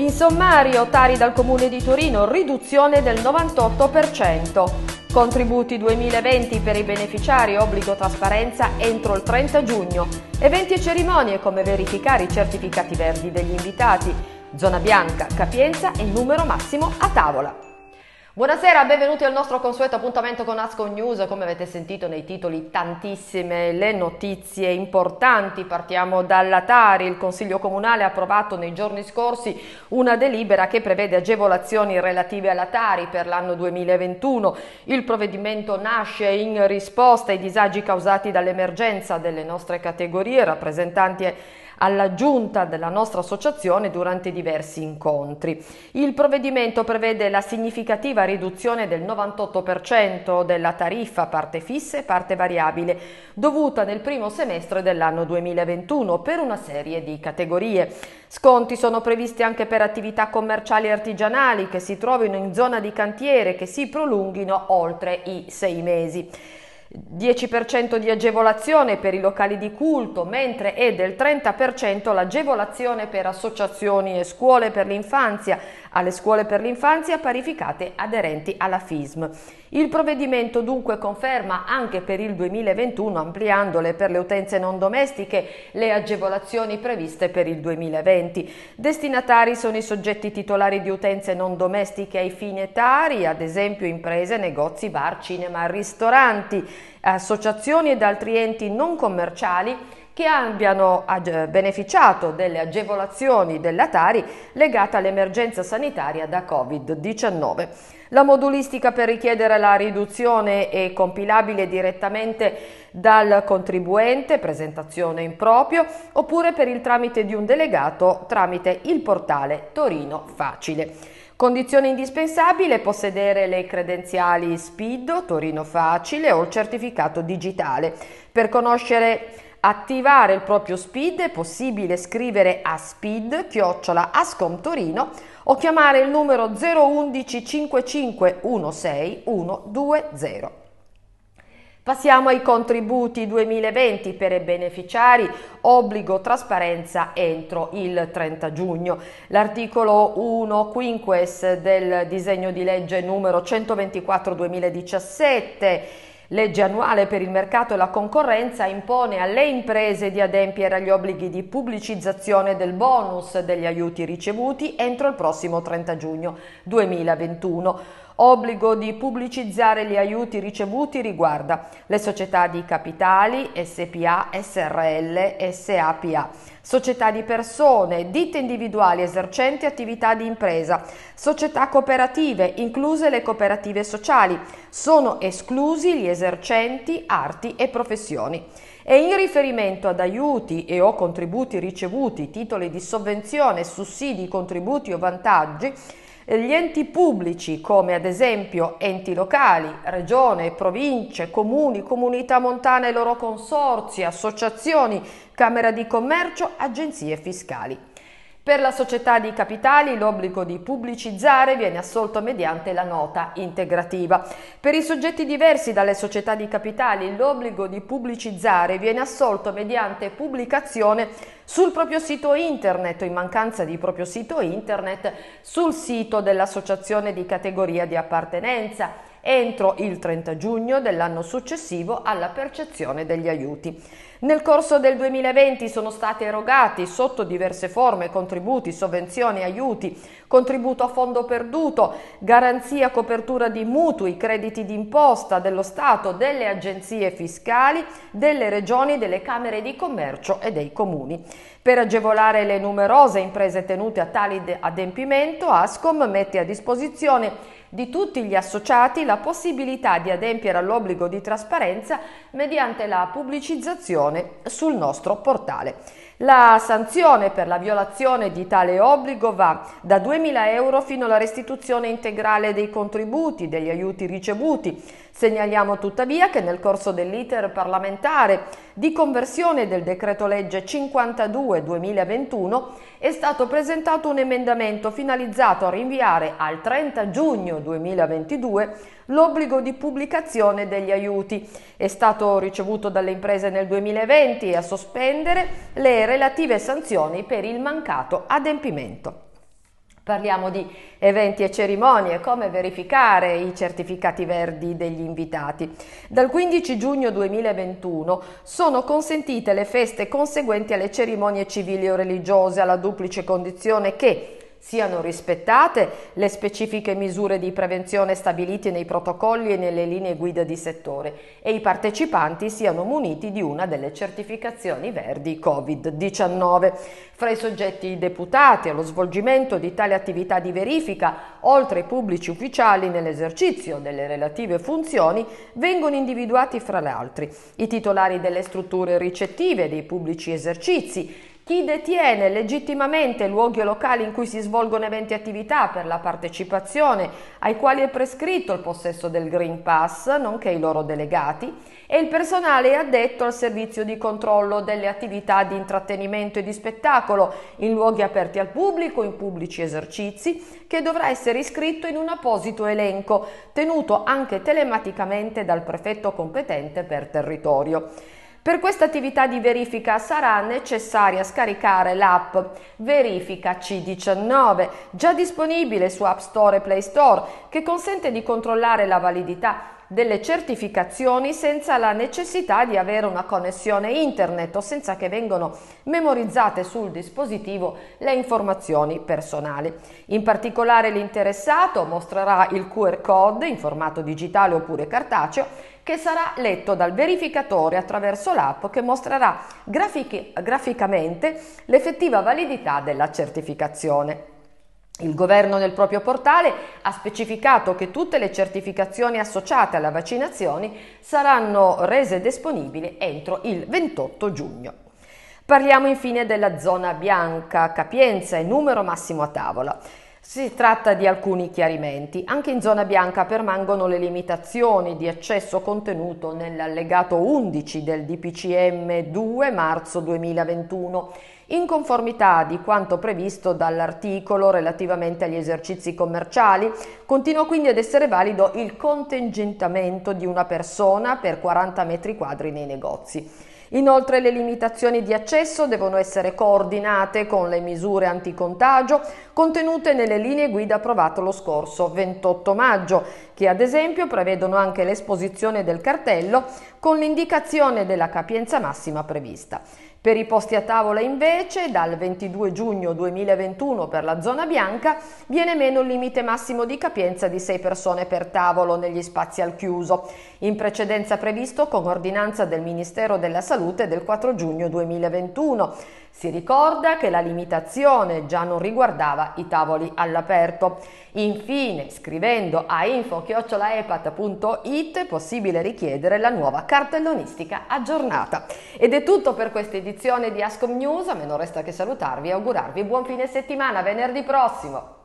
In sommario, Tari dal Comune di Torino, riduzione del 98%. Contributi 2020 per i beneficiari, obbligo trasparenza entro il 30 giugno. Eventi e cerimonie come verificare i certificati verdi degli invitati. Zona bianca, capienza e numero massimo a tavola. Buonasera, benvenuti al nostro consueto appuntamento con Ascom News. Come avete sentito nei titoli, tantissime le notizie importanti. Partiamo dalla Tari. Il Consiglio Comunale ha approvato nei giorni scorsi una delibera che prevede agevolazioni relative alla Tari per l'anno 2021. Il provvedimento nasce in risposta ai disagi causati dall'emergenza delle nostre categorie, rappresentanti alla giunta della nostra associazione durante diversi incontri. Il provvedimento prevede la significativa riduzione del 98% della tariffa parte fissa e parte variabile dovuta nel primo semestre dell'anno 2021 per una serie di categorie. Sconti sono previsti anche per attività commerciali e artigianali che si trovino in zona di cantiere che si prolunghino oltre i 6 mesi. 10% di agevolazione per i locali di culto, mentre è del 30% l'agevolazione per associazioni e scuole per l'infanzia, alle scuole per l'infanzia parificate aderenti alla FISM. Il provvedimento dunque conferma anche per il 2021, ampliandole per le utenze non domestiche, le agevolazioni previste per il 2020. Destinatari sono i soggetti titolari di utenze non domestiche ai fini etari, ad esempio imprese, negozi, bar, cinema, ristoranti, associazioni ed altri enti non commerciali che abbiano beneficiato delle agevolazioni della Tari legate all'emergenza sanitaria da Covid-19. La modulistica per richiedere la riduzione è compilabile direttamente dal contribuente, presentazione in proprio, oppure per il tramite di un delegato tramite il portale Torino Facile. Condizione indispensabile: possedere le credenziali SPID, Torino Facile o il certificato digitale. Per attivare il proprio SPID è possibile scrivere a SPID@Ascom Torino o chiamare il numero 011 55 16 120. Passiamo ai contributi 2020 per i beneficiari, obbligo trasparenza entro il 30 giugno. L'articolo 1 quinques del disegno di legge numero 124/2017, legge annuale per il mercato e la concorrenza, impone alle imprese di adempiere agli obblighi di pubblicizzazione del bonus degli aiuti ricevuti entro il prossimo 30 giugno 2021. Obbligo di pubblicizzare gli aiuti ricevuti riguarda le società di capitali, SPA, SRL, SAPA, società di persone, ditte individuali esercenti attività di impresa, società cooperative, incluse le cooperative sociali. Sono esclusi gli esercenti arti e professioni. E in riferimento ad aiuti e o contributi ricevuti, titoli di sovvenzione, sussidi, contributi o vantaggi, gli enti pubblici come ad esempio enti locali, regione, province, comuni, comunità montana e loro consorzi, associazioni, camera di commercio, agenzie fiscali. Per la società di capitali l'obbligo di pubblicizzare viene assolto mediante la nota integrativa. Per i soggetti diversi dalle società di capitali l'obbligo di pubblicizzare viene assolto mediante pubblicazione sul proprio sito internet o, in mancanza di proprio sito internet, sul sito dell'associazione di categoria di appartenenza entro il 30 giugno dell'anno successivo alla percezione degli aiuti. Nel corso del 2020 sono stati erogati sotto diverse forme contributi, sovvenzioni, aiuti, contributo a fondo perduto, garanzia, copertura di mutui, crediti d'imposta dello Stato, delle agenzie fiscali, delle regioni, delle camere di commercio e dei comuni. Per agevolare le numerose imprese tenute a tali adempimento, Ascom mette a disposizione di tutti gli associati la possibilità di adempiere all'obbligo di trasparenza mediante la pubblicizzazione sul nostro portale. La sanzione per la violazione di tale obbligo va da 2.000 euro fino alla restituzione integrale dei contributi, degli aiuti ricevuti. Segnaliamo tuttavia che nel corso dell'iter parlamentare di conversione del decreto legge 52/2021 è stato presentato un emendamento finalizzato a rinviare al 30 giugno 2022 l'obbligo di pubblicazione degli aiuti. È stato ricevuto dalle imprese nel 2020 e a sospendere le relative sanzioni per il mancato adempimento. Parliamo di eventi e cerimonie, come verificare i certificati verdi degli invitati. Dal 15 giugno 2021 sono consentite le feste conseguenti alle cerimonie civili o religiose, alla duplice condizione che siano rispettate le specifiche misure di prevenzione stabilite nei protocolli e nelle linee guida di settore e i partecipanti siano muniti di una delle certificazioni verdi Covid-19. Fra i soggetti deputati allo svolgimento di tale attività di verifica, oltre ai pubblici ufficiali nell'esercizio delle relative funzioni, vengono individuati fra gli altri i titolari delle strutture ricettive dei pubblici esercizi, chi detiene legittimamente luoghi o locali in cui si svolgono eventi e attività per la partecipazione, ai quali è prescritto il possesso del Green Pass, nonché i loro delegati, e il personale addetto al servizio di controllo delle attività di intrattenimento e di spettacolo in luoghi aperti al pubblico, in pubblici esercizi, che dovrà essere iscritto in un apposito elenco, tenuto anche telematicamente dal prefetto competente per territorio. Per questa attività di verifica sarà necessaria scaricare l'app Verifica C19, già disponibile su App Store e Play Store, che consente di controllare la validità delle certificazioni senza la necessità di avere una connessione internet o senza che vengano memorizzate sul dispositivo le informazioni personali. In particolare l'interessato mostrerà il QR code in formato digitale oppure cartaceo che sarà letto dal verificatore attraverso l'app che mostrerà graficamente l'effettiva validità della certificazione. Il governo nel proprio portale ha specificato che tutte le certificazioni associate alle vaccinazioni saranno rese disponibili entro il 28 giugno. Parliamo infine della zona bianca, capienza e numero massimo a tavola. Si tratta di alcuni chiarimenti. Anche in zona bianca permangono le limitazioni di accesso contenuto nell'allegato 11 del DPCM 2 marzo 2021, in conformità di quanto previsto dall'articolo relativamente agli esercizi commerciali. Continua quindi ad essere valido il contingentamento di una persona per 40 metri quadri nei negozi. Inoltre le limitazioni di accesso devono essere coordinate con le misure anticontagio contenute nelle linee guida approvate lo scorso 28 maggio, che ad esempio prevedono anche l'esposizione del cartello con l'indicazione della capienza massima prevista. Per i posti a tavola invece, dal 22 giugno 2021 per la zona bianca, viene meno il limite massimo di capienza di 6 persone per tavolo negli spazi al chiuso, in precedenza previsto con ordinanza del Ministero della Salute del 4 giugno 2021. Si ricorda che la limitazione già non riguardava i tavoli all'aperto. Infine, scrivendo a info@epat.it è possibile richiedere la nuova cartellonistica aggiornata. Ed è tutto per questa edizione di Ascom News. A me non resta che salutarvi e augurarvi buon fine settimana, venerdì prossimo!